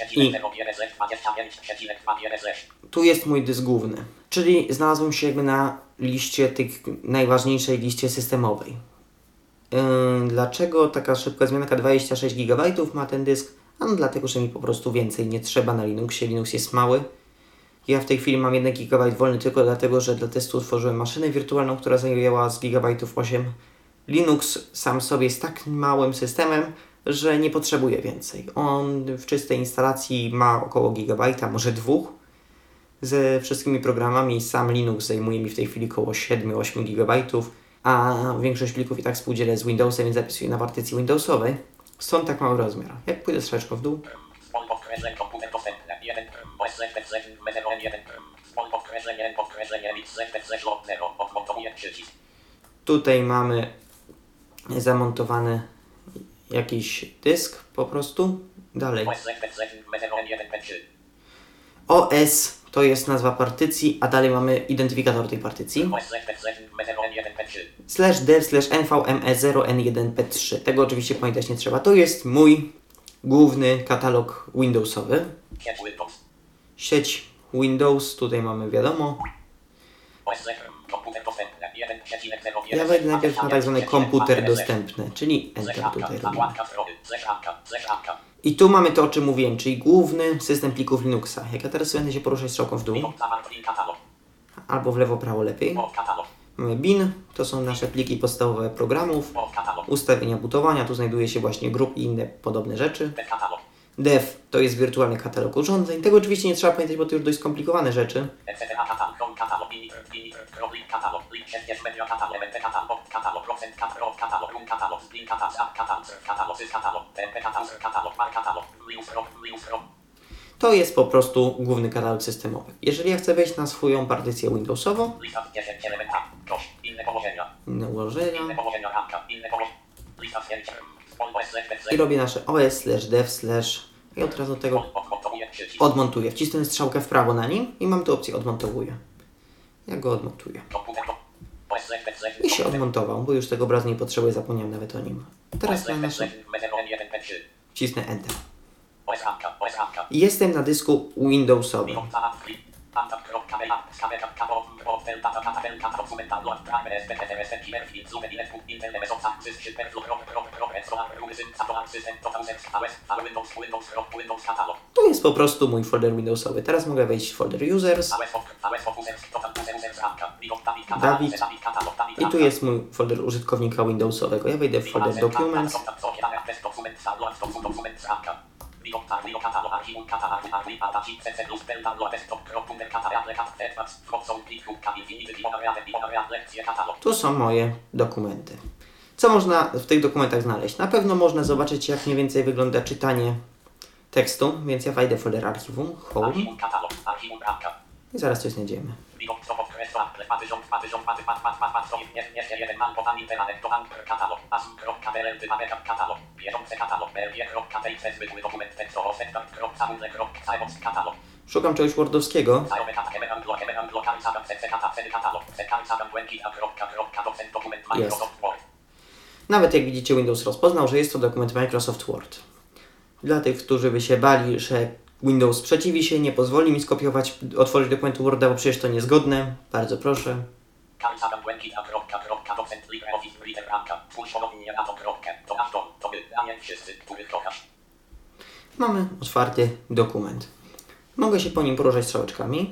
1,0,25,2,6. Tu jest mój dysk główny. Czyli znalazłem się jakby na liście tych najważniejszej liście systemowej. Dlaczego taka szybka zmianka 26 GB ma ten dysk? No dlatego, że mi po prostu więcej nie trzeba na Linuxie. Linux jest mały. Ja w tej chwili mam 1 GB wolny tylko dlatego, że dla testu utworzyłem maszynę wirtualną, która zajmowała z gigabajtów 8. Linux sam sobie jest tak małym systemem, że nie potrzebuje więcej. On w czystej instalacji ma około gigabajta, może 2. Ze wszystkimi programami sam Linux zajmuje mi w tej chwili około 7-8 GB, a większość plików i tak współdzielę z Windowsem, więc zapisuję na partycji Windowsowej. Stąd tak mały rozmiar. Jak pójdę strzeczką w dół, Komputer dostępny. 1. Odmontowuję przycisk. tutaj mamy zamontowany jakiś dysk po prostu. Dalej. OS to jest nazwa partycji, a dalej mamy identyfikator tej partycji. /dev/nvme0n1p3. Tego oczywiście pamiętać nie trzeba. To jest mój główny katalog Windowsowy. Sieć Windows, tutaj mamy wiadomo. Ja wejdę najpierw na tak zwany komputer dostępny, czyli Enter tutaj robimy. I tu mamy to, o czym mówiłem, czyli główny system plików Linuxa. Jak ja teraz będę się poruszać strzałką w dół, albo w lewo, prawo lepiej. Mamy bin, to są nasze pliki podstawowe programów, ustawienia bootowania, tu znajduje się właśnie grup i inne podobne rzeczy. Dev to jest wirtualny katalog urządzeń. Tego oczywiście nie trzeba pamiętać, bo to już dość skomplikowane rzeczy. To jest po prostu główny katalog systemowy. Jeżeli ja chcę wejść na swoją partycję Windowsową, inne ułożenia, i robię nasze os/dev/ i od razu do tego odmontuję. Wcisnę strzałkę w prawo na nim i mam tu opcję odmontowuję. Ja go odmontuję. I się odmontował, bo już tego obrazu nie potrzebuję, zapomniałem nawet o nim. Teraz na nasze... Wcisnę Enter. I jestem na dysku Windowsowym. To jest po prostu mój folder Windowsowy. Teraz mogę wejść w folder Users, Dawid, i tu jest mój folder użytkownika Windowsowego. Ja wejdę w folder Documents. Tu są moje dokumenty. Co można w tych dokumentach znaleźć? Na pewno można zobaczyć, jak mniej więcej wygląda czytanie tekstu, więc ja wejdę w folder archiwum, home, i zaraz coś znajdziemy. Szukam czegoś wordowskiego. Jest. Nawet jak widzicie, Windows rozpoznał, że jest to dokument Microsoft Word. Dla tych, którzy by się bali, że Windows sprzeciwi się, nie pozwoli mi skopiować, otworzyć dokumentu Worda, bo przecież to niezgodne. Bardzo proszę. Mamy otwarty dokument. Mogę się po nim poruszać strzałeczkami.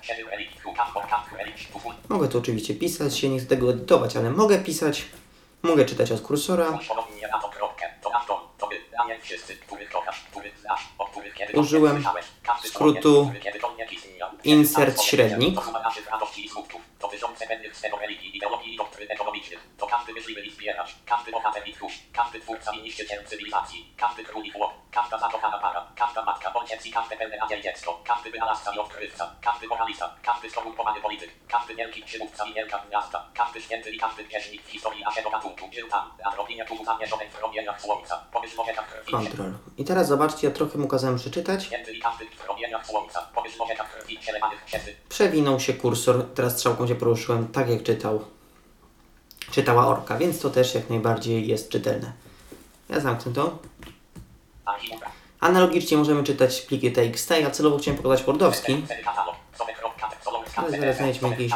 Mogę tu oczywiście pisać, się nie chcę tego edytować, ale mogę pisać. Mogę czytać od kursora. Użyłem skrótu insert średnik. Dotyczące pewnych sferów religii, ideologii i doktryn ekonomicznych. To każdy myśliwy i zbieracz, każdy bohater i tchórz, każdy twórca i niszczyciel cywilizacji, każdy król i chłop, każda zakochana para, każda matka, ojciec i każde pełne nadziei dziecko, każdy wynalazca i odkrywca, każdy moralista, każdy skorumpowany polityk, każdy wielki przywódca i wielka gwiazda, każdy święty i każdy grzesznik w historii naszego gatunku. Żył tam, a robinie tu zamierzonej w promieniach słońca. Pomysł może tak krwi. Ctrl. I teraz zobaczcie, ja trochę mu kazałem przeczytać. Święty i każdy w promieniach słońca. Pomysł może tak krwi przelewanych księży. Przewinął się kursor, teraz strzałką się poruszyłem, tak jak czytała orka, więc to też jak najbardziej jest czytelne. Ja zamknę to. Analogicznie możemy czytać pliki TXT, ja celowo chciałem pokazać wordowski. Ale zaraz znajdźmy jakiś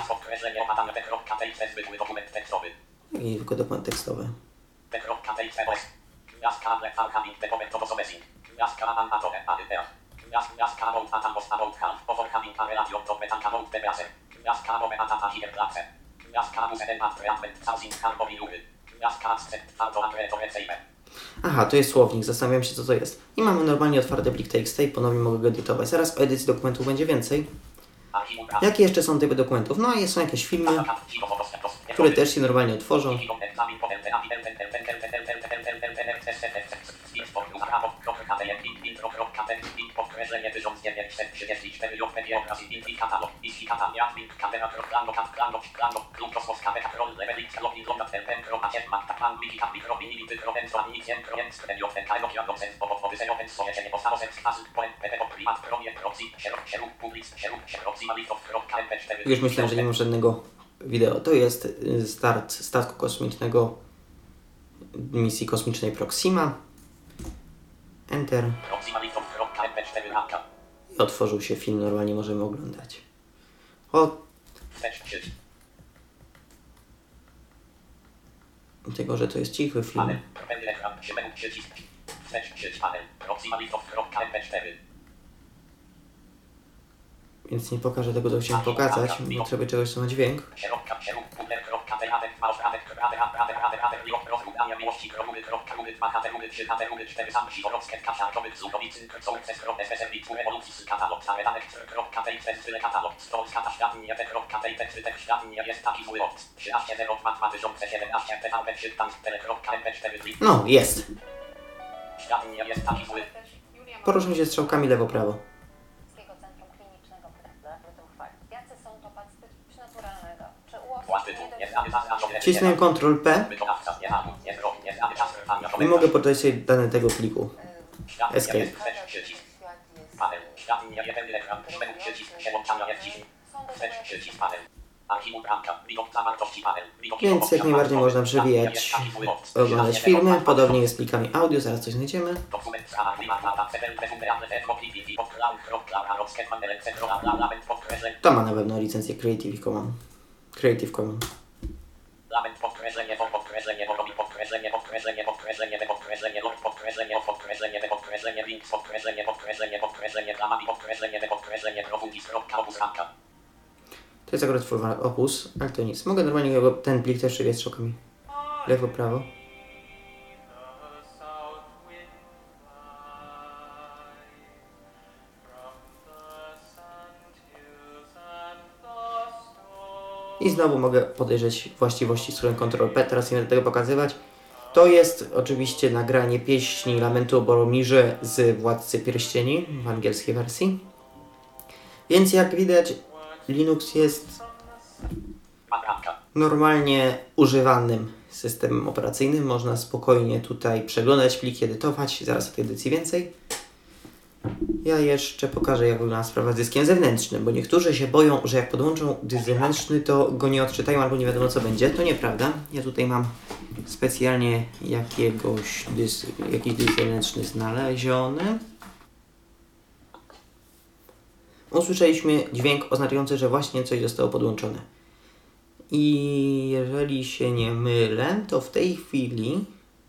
tylko dokument tekstowy. Aha, to jest słownik, zastanawiam się co to jest. I mamy normalnie otwarty plik TXT i ponownie mogę go edytować. Zaraz o edycji dokumentów będzie więcej. Jakie jeszcze są typy dokumentów? No i są jakieś filmy, które też się normalnie otworzą. Już myślałem, że nie ma żadnego wideo. To jest start statku kosmicznego misji kosmicznej Proxima. Enter. I otworzył się film, normalnie możemy oglądać. Tego, że to jest cichy film. Więc nie pokażę tego, co chciałem pokazać, bo trzeba czegoś, co ma dźwięk. No, jest. Poruszam się strzałkami lewo-prawo. Wcisnę Ctrl+P i mogę podać sobie dane tego pliku. Escape. Więc jak najbardziej można przewijać, oglądać filmy. Podobnie jest z plikami audio, zaraz coś znajdziemy. To ma na pewno licencję Creative Commons. To jest akurat forma Opus, ale to nic. Mogę normalnie ten plik też przewijać strzałkami lewo, prawo. I znowu mogę podejrzeć właściwości z Ctrl+P, teraz nie będę tego pokazywać. To jest oczywiście nagranie pieśni Lamentu o Boromirze z Władcy Pierścieni w angielskiej wersji. Więc jak widać, Linux jest normalnie używanym systemem operacyjnym. Można spokojnie tutaj przeglądać pliki, edytować. Zaraz o tej edycji więcej. Ja jeszcze pokażę, jak wygląda sprawa z dyskiem zewnętrznym, bo niektórzy się boją, że jak podłączą dysk zewnętrzny, to go nie odczytają albo nie wiadomo co będzie. To nieprawda. Ja tutaj mam specjalnie jakiś dysk zewnętrzny znaleziony. Usłyszeliśmy dźwięk oznaczający, że właśnie coś zostało podłączone. I jeżeli się nie mylę, to w tej chwili...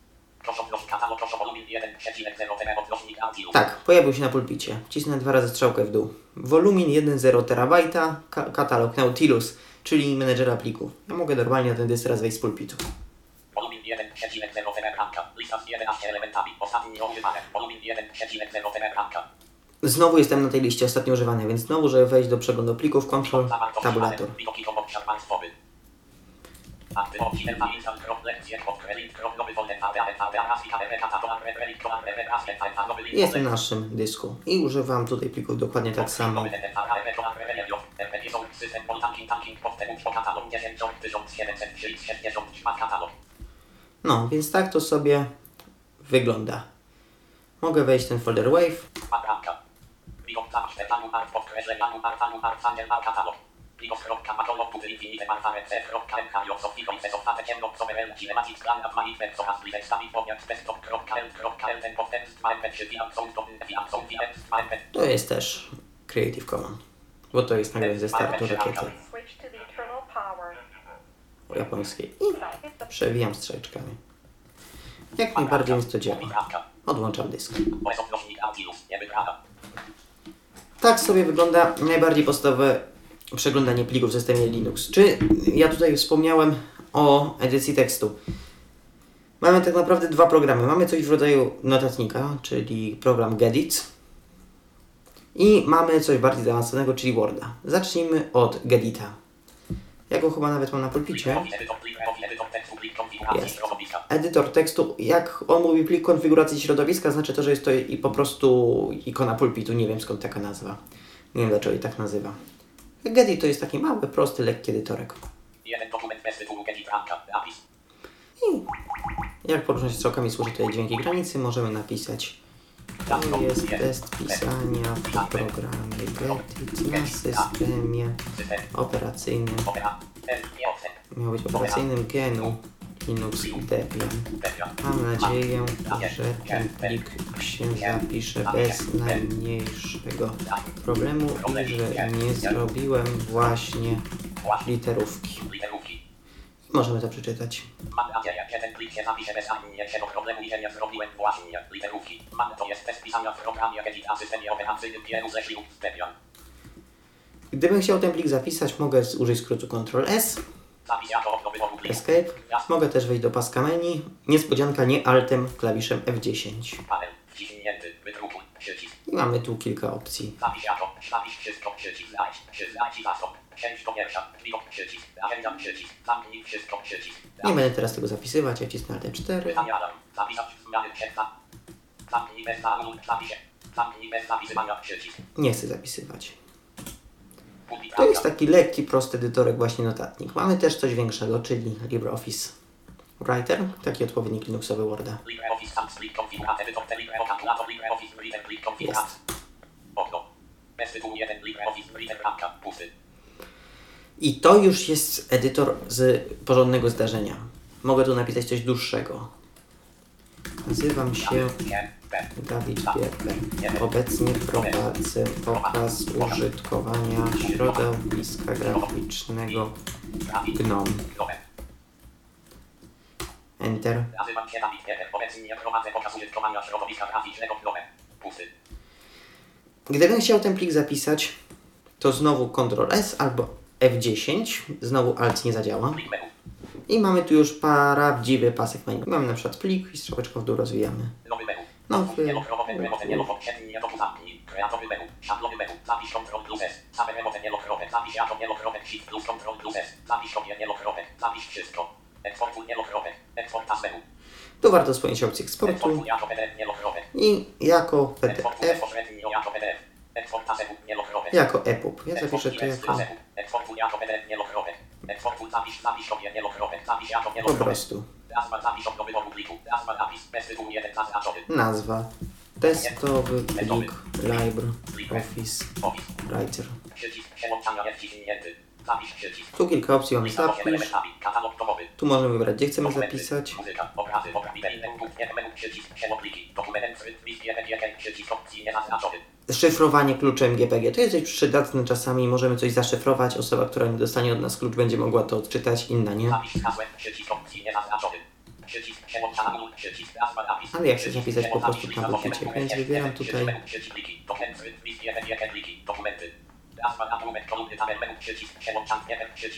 Tak, pojawił się na pulpicie. Wcisnę 2 razy strzałkę w dół. Wolumin 1.0 terabajta, katalog Nautilus, czyli menedżera plików. Ja mogę normalnie na ten dysk teraz wejść z pulpitu. Wolumin 1.0 terabajta, lista z 11 elementami, ostatni nieużywany. Wolumin 1.0 terabajta. Znowu jestem na tej liście ostatnio używania, więc znowu, żeby wejść do przeglądu plików, Ctrl, tabulator. Jestem na naszym dysku i używam tutaj plików dokładnie tak samo. No, więc tak to sobie wygląda. Mogę wejść w ten folder Wave. To jest też Creative Commons, bo to jest nagle ze startu rakiety o japońskiej i przewijam strzałeczkami. Jak najbardziej jest to działa. Odłączam dysk. Tak sobie wygląda najbardziej podstawowe przeglądanie plików w systemie Linux. Czy ja tutaj wspomniałem o edycji tekstu? Mamy tak naprawdę dwa programy. Mamy coś w rodzaju notatnika, czyli program Gedit, i mamy coś bardziej zaawansowanego, czyli Worda. Zacznijmy od Gedita. Ja go chyba nawet mam na pulpicie. Jest. Edytor tekstu, jak on mówi plik konfiguracji środowiska, znaczy to, że jest to i po prostu ikona pulpitu. Nie wiem skąd taka nazwa. Nie wiem dlaczego jej tak nazywa. Gedit to jest taki mały, prosty, lekki edytorek. I jak poruszać strzałkami służy tutaj dźwięki granicy, możemy napisać: to jest test pisania w programie Gedit na systemie operacyjnym. Miał być operacyjnym GNU Linux Debian. Mam nadzieję, że ten plik się zapisze bez najmniejszego problemu i że nie zrobiłem właśnie literówki. Możemy to przeczytać. Mam nadzieję, że ten plik się zapisze bez najmniejszego problemu i że nie zrobiłem właśnie literówki. To jest test pisania w programie Gedit na systemie operacyjnym GNU Linux Debian. Gdybym chciał ten plik zapisać, mogę użyć skrótu Ctrl+S. Escape. Mogę też wejść do paska menu. Niespodzianka, nie Altem, klawiszem F10. I mamy tu kilka opcji. Nie będę teraz tego zapisywać, ja wcisnę Alt 4. Nie chcę zapisywać. To jest taki lekki, prosty edytorek, właśnie notatnik. Mamy też coś większego, czyli LibreOffice Writer, taki odpowiednik Linuxowy Worda. Jest. I to już jest edytor z porządnego zdarzenia. Mogę tu napisać coś dłuższego. Nazywam się Dawid Bierber. Obecnie prowadzę pokaz użytkowania środowiska graficznego GNOME. Enter. Nazywam się Dawid Bierber. Obecnie prowadzę pokaz użytkowania środowiska graficznego GNOME. Gdybym chciał ten plik zapisać, to znowu Ctrl+S albo F10. Znowu Alt nie zadziała. I mamy tu już prawdziwy pasek menu. Mamy na przykład plik i strzałeczką w dół rozwijamy. Nowy. Tu warto wspomnieć o opcji eksportu i jako PDF, jako EPUB. Ja zapiszę to jako po prostu nazwa testowy plik LibreOffice Writer. Tu kilka opcji mamy zapisz. Tu możemy wybrać, gdzie chcemy zapisać. Szyfrowanie kluczem GPG. To jest dość przydatne czasami. Możemy coś zaszyfrować. Osoba, która nie dostanie od nas klucz, będzie mogła to odczytać, inna nie. Ale ja chcę zapisać po prostu na pulpicie, więc wybieram tutaj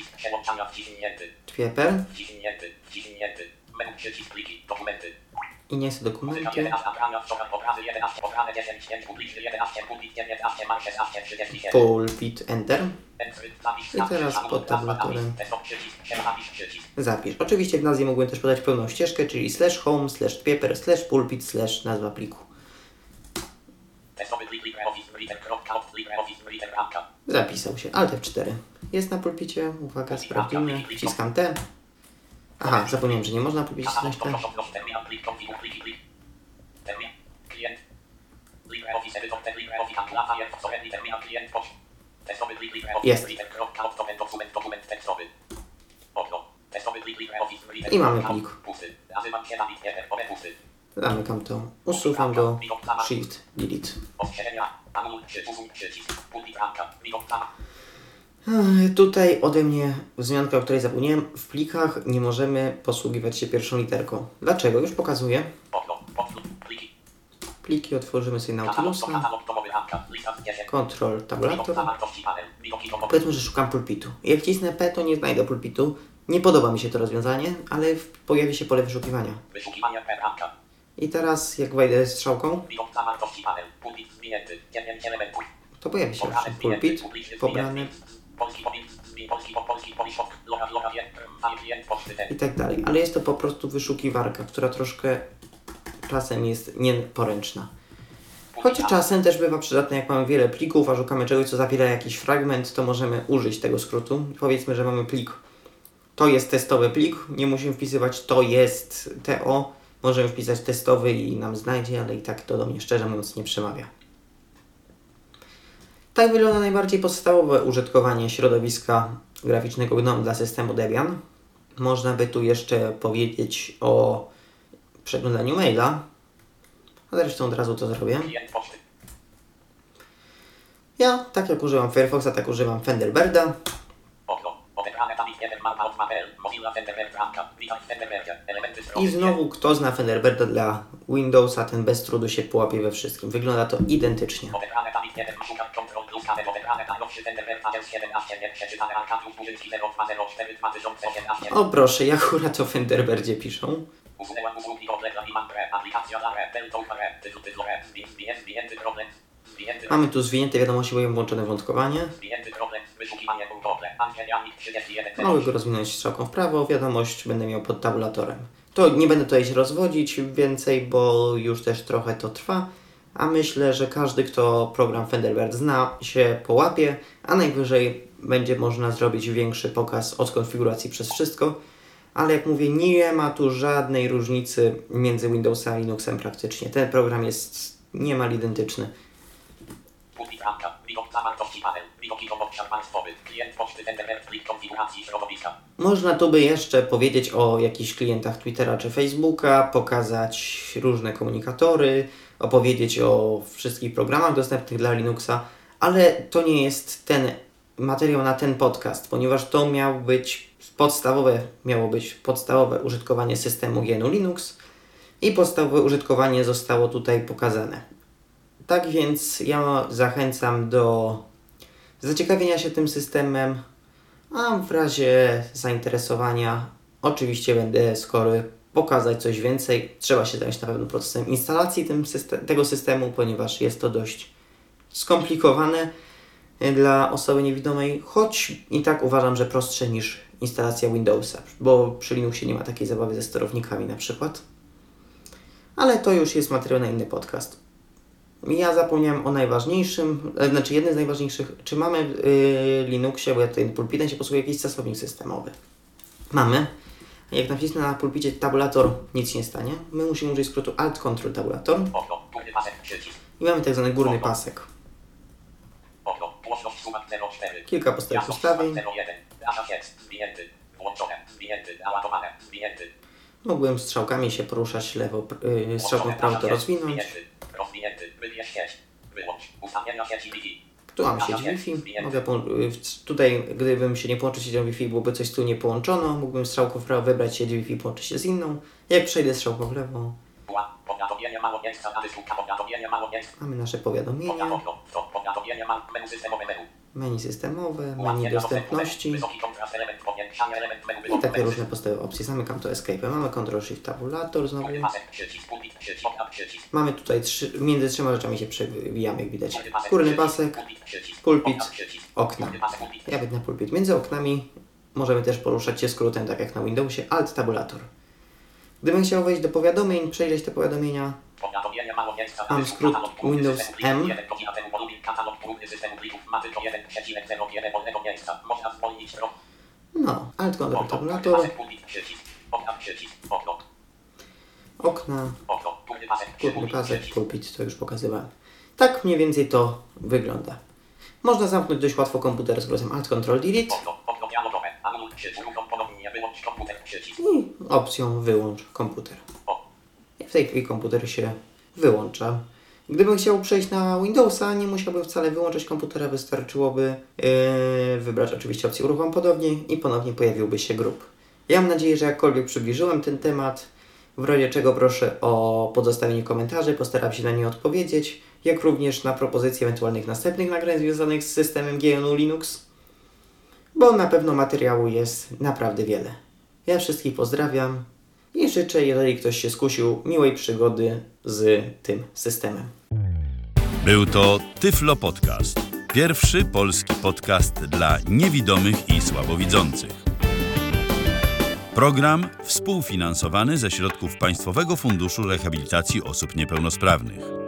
Twieper I nie chcę dokumenty. Muzyka 11 nagrania w czokach obrazy 11 pobrane 10 5 publiczny 11 pulpit 19 mam 16 37. Pulpit Enter. I teraz pod tabulatorem zapisz. Oczywiście w nazwie mogłem też podać pełną ścieżkę, czyli /home, /paper, /pulpit, /nazwa pliku. Zapisał się. Alt F4. Jest na pulpicie. Uwaga, sprawdzimy. Wciskam T. Aha, zapomniałem, że nie można pulpicie wcisnąć T. Jest. I mamy plik. Zamykam to. Usuwam go. Shift, Delete. Tutaj ode mnie wzmianka, o której zapomniałem. W plikach nie możemy posługiwać się pierwszą literką. Dlaczego? Już pokazuję. Pliki otworzymy sobie Nautilusa. Control tabulator. Powiedzmy, że szukam pulpitu. Jak wcisnę P, to nie znajdę pulpitu. Nie podoba mi się to rozwiązanie, ale pojawi się pole wyszukiwania. I teraz jak wejdę strzałką, to pojawi się pulpit pobrany i tak dalej. Ale jest to po prostu wyszukiwarka, która troszkę czasem jest nieporęczna. Choć czasem też bywa przydatne, jak mamy wiele plików, a szukamy czegoś, co zawiera jakiś fragment, to możemy użyć tego skrótu. Powiedzmy, że mamy plik. To jest testowy plik, nie musimy wpisywać to jest TO. Możemy wpisać testowy i nam znajdzie, ale i tak to do mnie szczerze mówiąc nie przemawia. Tak wygląda najbardziej podstawowe użytkowanie środowiska graficznego GNOME dla systemu Debian. Można by tu jeszcze powiedzieć o przeglądaniu maila. A zresztą od razu to zrobię. Ja, tak jak używam Firefoxa, tak używam Thunderbirda. I znowu, kto zna Thunderbirda dla Windowsa, ten bez trudu się połapie we wszystkim. Wygląda to identycznie. O proszę, jak akurat o Thunderbirdzie piszą. Mamy tu zwinięte wiadomości, bo ją włączone wątkowanie. Mogę go rozwinąć strzałką w prawo, wiadomość będę miał pod tabulatorem. To nie będę tutaj się rozwodzić więcej, bo już też trochę to trwa, a myślę, że każdy, kto program Thunderbird zna, się połapie, a najwyżej będzie można zrobić większy pokaz od konfiguracji przez wszystko, ale jak mówię, nie ma tu żadnej różnicy między Windowsem a Linuxem praktycznie. Ten program jest niemal identyczny. Można tu by jeszcze powiedzieć o jakichś klientach Twittera czy Facebooka, pokazać różne komunikatory, opowiedzieć o wszystkich programach dostępnych dla Linuxa, ale to nie jest ten materiał na ten podcast, ponieważ to miało być podstawowe użytkowanie systemu GNU Linux i podstawowe użytkowanie zostało tutaj pokazane. Tak więc ja zachęcam do zaciekawienia się tym systemem, a w razie zainteresowania oczywiście będę skory pokazać coś więcej. Trzeba się zająć na pewno procesem instalacji tego systemu, ponieważ jest to dość skomplikowane dla osoby niewidomej, choć i tak uważam, że prostsze niż instalacja Windowsa, bo przy Linuxie nie ma takiej zabawy ze sterownikami na przykład. Ale to już jest materiał na inny podcast. Ja zapomniałem o najważniejszym, znaczy jednym z najważniejszych, czy mamy w Linuxie, bo ja tutaj pulpitem się posługuję, jakiś czasownik systemowy. Mamy. Jak nacisnę na pulpicie tabulator, nic się nie stanie. My musimy użyć skrótu Alt-Control tabulator. I mamy tak zwany górny pasek. Kilka podstawowych ustawień. Mogłem strzałkami się poruszać lewo, strzałką w prawo to rozwinąć. Tu mam sieć Wi-Fi. Tutaj, gdybym się nie połączył z siecią Wi-Fi, byłoby coś tu nie połączono. Mógłbym strzałką w prawo wybrać sieć Wi-Fi, połączyć się z inną. Jak przejdę strzałką w lewo, mamy nasze powiadomienia. menu systemowe, menu dostępności i takie różne podstawowe opcje. Zamykam to Escape. Mamy Ctrl-Shift Tabulator znowu. Mamy tutaj między trzema rzeczami się przewijamy, jak widać. Górny pasek, pulpit, okna. Ja będę na pulpit. Między oknami możemy też poruszać się skrótem, tak jak na Windowsie, Alt Tabulator. Gdybym chciał wejść do powiadomień, przejrzeć te powiadomienia, mam skrót Windows M. No, Alt Ctrl Tabulator. Okna, górny pasek, pulpit, to już pokazywałem. Tak mniej więcej to wygląda. Można zamknąć dość łatwo komputer z głosem Alt Ctrl Delete i opcją wyłącz komputer. W tej chwili komputer się wyłącza. Gdybym chciał przejść na Windowsa, nie musiałbym wcale wyłączać komputera, wystarczyłoby wybrać oczywiście opcję uruchom ponownie i ponownie pojawiłby się grób. Ja mam nadzieję, że jakkolwiek przybliżyłem ten temat. W razie czego proszę o pozostawienie komentarzy, postaram się na nie odpowiedzieć, jak również na propozycje ewentualnych następnych nagrań związanych z systemem GNU Linux, bo na pewno materiału jest naprawdę wiele. Ja wszystkich pozdrawiam i życzę, jeżeli ktoś się skusił, miłej przygody z tym systemem. Był to Tyflo Podcast. Pierwszy polski podcast dla niewidomych i słabowidzących. Program współfinansowany ze środków Państwowego Funduszu Rehabilitacji Osób Niepełnosprawnych.